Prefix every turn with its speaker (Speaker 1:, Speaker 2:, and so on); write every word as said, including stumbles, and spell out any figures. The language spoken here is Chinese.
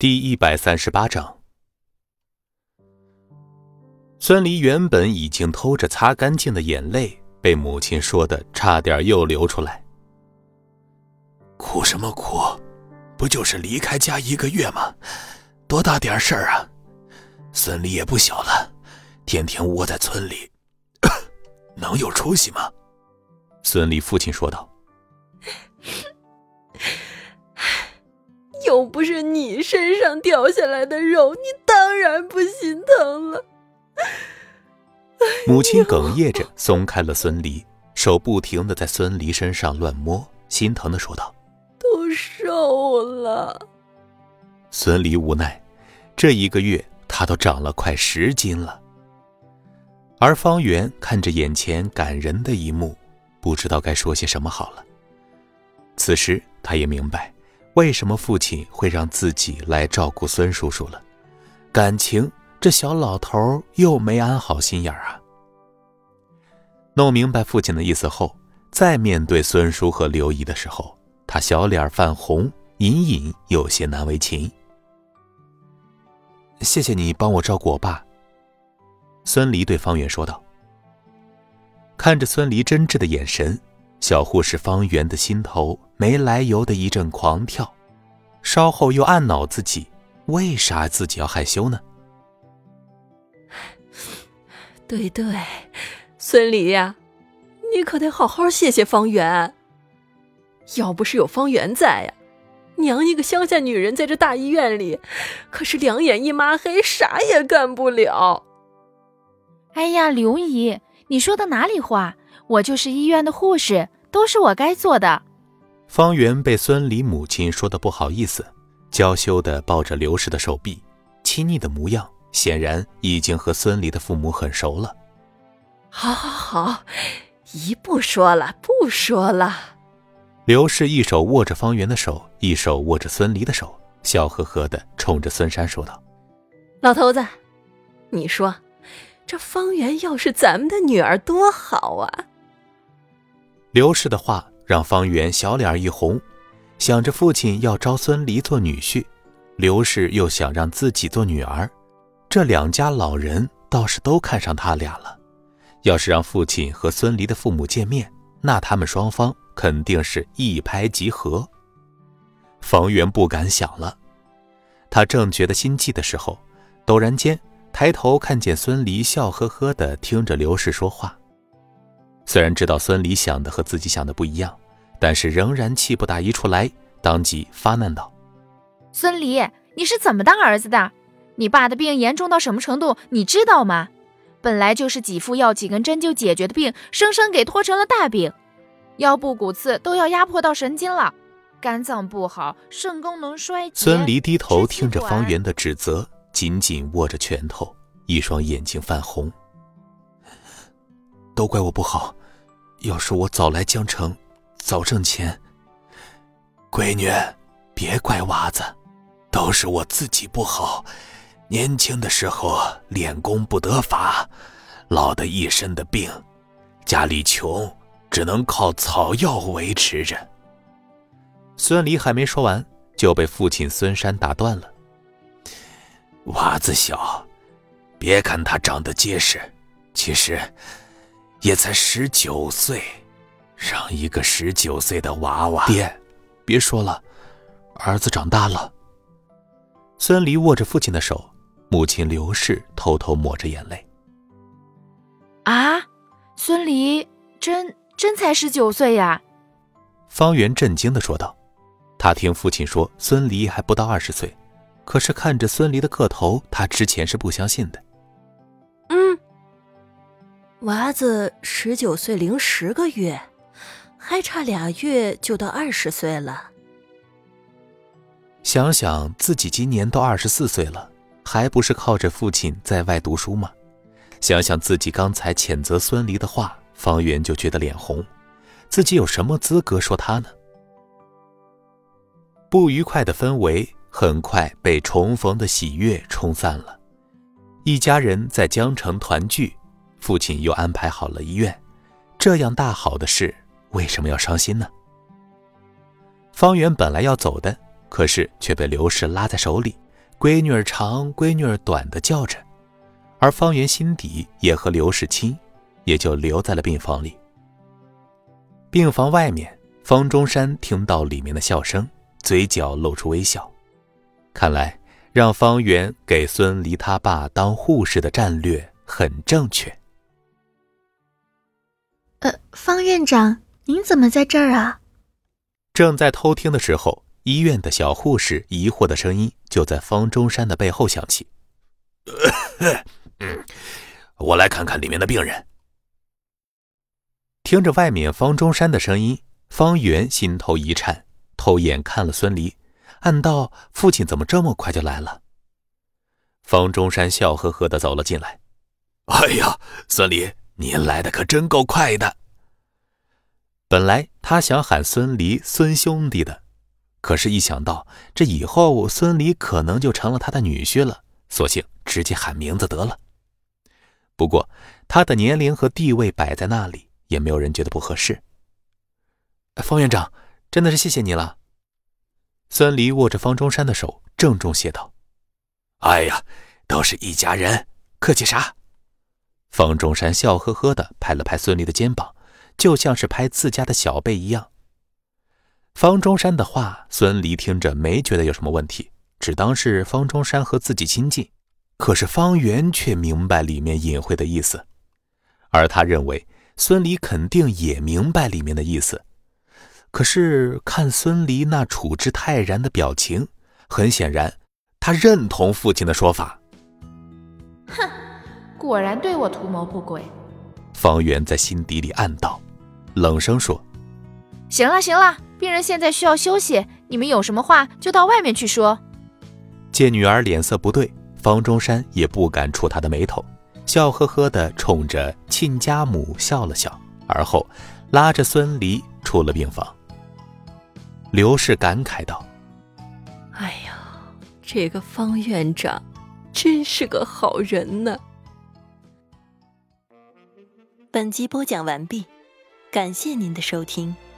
Speaker 1: 第一百三十八章。孙离原本已经偷着擦干净的眼泪，被母亲说的差点又流出来。
Speaker 2: 哭什么哭？不就是离开家一个月吗？多大点事儿啊！孙离也不小了，天天窝在村里，能有出息吗？
Speaker 1: 孙离父亲说道。
Speaker 3: 又不是你身上掉下来的肉，你当然不心疼了。
Speaker 1: 母亲哽咽着松开了孙离，手不停地在孙离身上乱摸，心疼地说道：
Speaker 3: 都瘦了。
Speaker 1: 孙离无奈，这一个月他都长了快十斤了。而方圆看着眼前感人的一幕，不知道该说些什么好了。此时他也明白为什么父亲会让自己来照顾孙叔叔了，感情这小老头又没安好心眼啊。弄明白父亲的意思后，再面对孙叔和刘姨的时候，他小脸泛红，隐隐有些难为情。谢谢你帮我照顾我爸，孙离对方圆说道。看着孙离真挚的眼神，小护士方圆的心头没来由的一阵狂跳，稍后又暗恼自己为啥自己要害羞呢？
Speaker 3: 对对，孙离呀，你可得好好谢谢方圆。要不是有方圆在呀，娘一个乡下女人在这大医院里，可是两眼一抹黑，啥也干不了。
Speaker 4: 哎呀，刘姨，你说的哪里话？我就是医院的护士，都是我该做的。
Speaker 1: 方圆被孙离母亲说的不好意思，娇羞地抱着刘氏的手臂，亲昵的模样显然已经和孙离的父母很熟了。
Speaker 3: 好好好，姨不说了不说了。
Speaker 1: 刘氏一手握着方圆的手，一手握着孙离的手，笑呵呵地冲着孙山说道：
Speaker 3: 老头子，你说这方圆要是咱们的女儿多好啊。
Speaker 1: 刘氏的话让方圆小脸一红，想着父亲要招孙离做女婿，刘氏又想让自己做女儿，这两家老人倒是都看上他俩了。要是让父亲和孙离的父母见面，那他们双方肯定是一拍即合。方圆不敢想了，他正觉得心悸的时候，陡然间抬头看见孙离笑呵呵地听着刘氏说话。虽然知道孙离想的和自己想的不一样，但是仍然气不打一处来，当即发难道：
Speaker 4: 孙离，你是怎么当儿子的？你爸的病严重到什么程度，你知道吗？本来就是几副药几根针就解决的病，生生给拖成了大病，腰部骨刺都要压迫到神经了，肝脏不好，肾功能衰竭。
Speaker 1: 孙离低头听着方圆的指责，紧紧握着拳头，一双眼睛泛红。都怪我不好，要是我早来江城，早挣钱。
Speaker 2: 闺女，别怪娃子，都是我自己不好。年轻的时候练功不得法，落得一身的病，家里穷，只能靠草药维持着。
Speaker 1: 孙离还没说完，就被父亲孙山打断了。
Speaker 2: 娃子小，别看他长得结实，其实也才十九岁，让一个十九岁的娃娃……
Speaker 1: 爹，别说了，儿子长大了。孙离握着父亲的手，母亲刘氏偷偷抹着眼泪。
Speaker 4: 啊，孙离真真才十九岁呀？
Speaker 1: 方圆震惊地说道。他听父亲说孙离还不到二十岁，可是看着孙离的个头，他之前是不相信的。
Speaker 3: 嗯，娃子十九岁零十个月，还差俩月就到二十岁了。
Speaker 1: 想想自己今年都二十四岁了，还不是靠着父亲在外读书吗？想想自己刚才谴责孙离的话，方圆就觉得脸红，自己有什么资格说他呢？不愉快的氛围很快被重逢的喜悦冲散了。一家人在江城团聚，父亲又安排好了医院，这样大好的事为什么要伤心呢？方圆本来要走的，可是却被刘氏拉在手里， 闺女儿长，闺女儿短的叫着，而方圆心底也和刘氏亲，也就留在了病房里。病房外面，方中山听到里面的笑声，嘴角露出微笑。看来让方圆给孙离他爸当护士的战略很正确。
Speaker 5: 呃，方院长，您怎么在这儿啊？
Speaker 1: 正在偷听的时候，医院的小护士疑惑的声音就在方中山的背后响起。
Speaker 2: 嗯，我来看看里面的病人。
Speaker 1: 听着外面方中山的声音，方圆心头一颤，偷眼看了孙离，暗道父亲怎么这么快就来了。方中山笑呵呵地走了进来。
Speaker 2: 哎呀，孙离，您来的可真够快的。
Speaker 1: 本来他想喊孙离孙兄弟的，可是一想到这以后孙离可能就成了他的女婿了，索性直接喊名字得了。不过他的年龄和地位摆在那里，也没有人觉得不合适。方院长，真的是谢谢你了。孙离握着方中山的手，郑重谢道。
Speaker 2: 哎呀，都是一家人，客气啥？
Speaker 1: 方中山笑呵呵地拍了拍孙离的肩膀，就像是拍自家的小辈一样。方中山的话，孙离听着没觉得有什么问题，只当是方中山和自己亲近。可是方圆却明白里面隐晦的意思，而他认为孙离肯定也明白里面的意思。可是看孙离那处之泰然的表情，很显然他认同父亲的说法。
Speaker 4: 哼，果然对我图谋不轨。
Speaker 1: 方圆在心底里暗道，冷声说：
Speaker 4: 行了行了，病人现在需要休息，你们有什么话就到外面去说。
Speaker 1: 见女儿脸色不对，方中山也不敢触她的眉头，笑呵呵地冲着亲家母笑了笑，而后拉着孙离出了病房。刘氏感慨道：
Speaker 3: 哎呀，这个方院长真是个好人呢。
Speaker 6: 本集播讲完毕，感谢您的收听。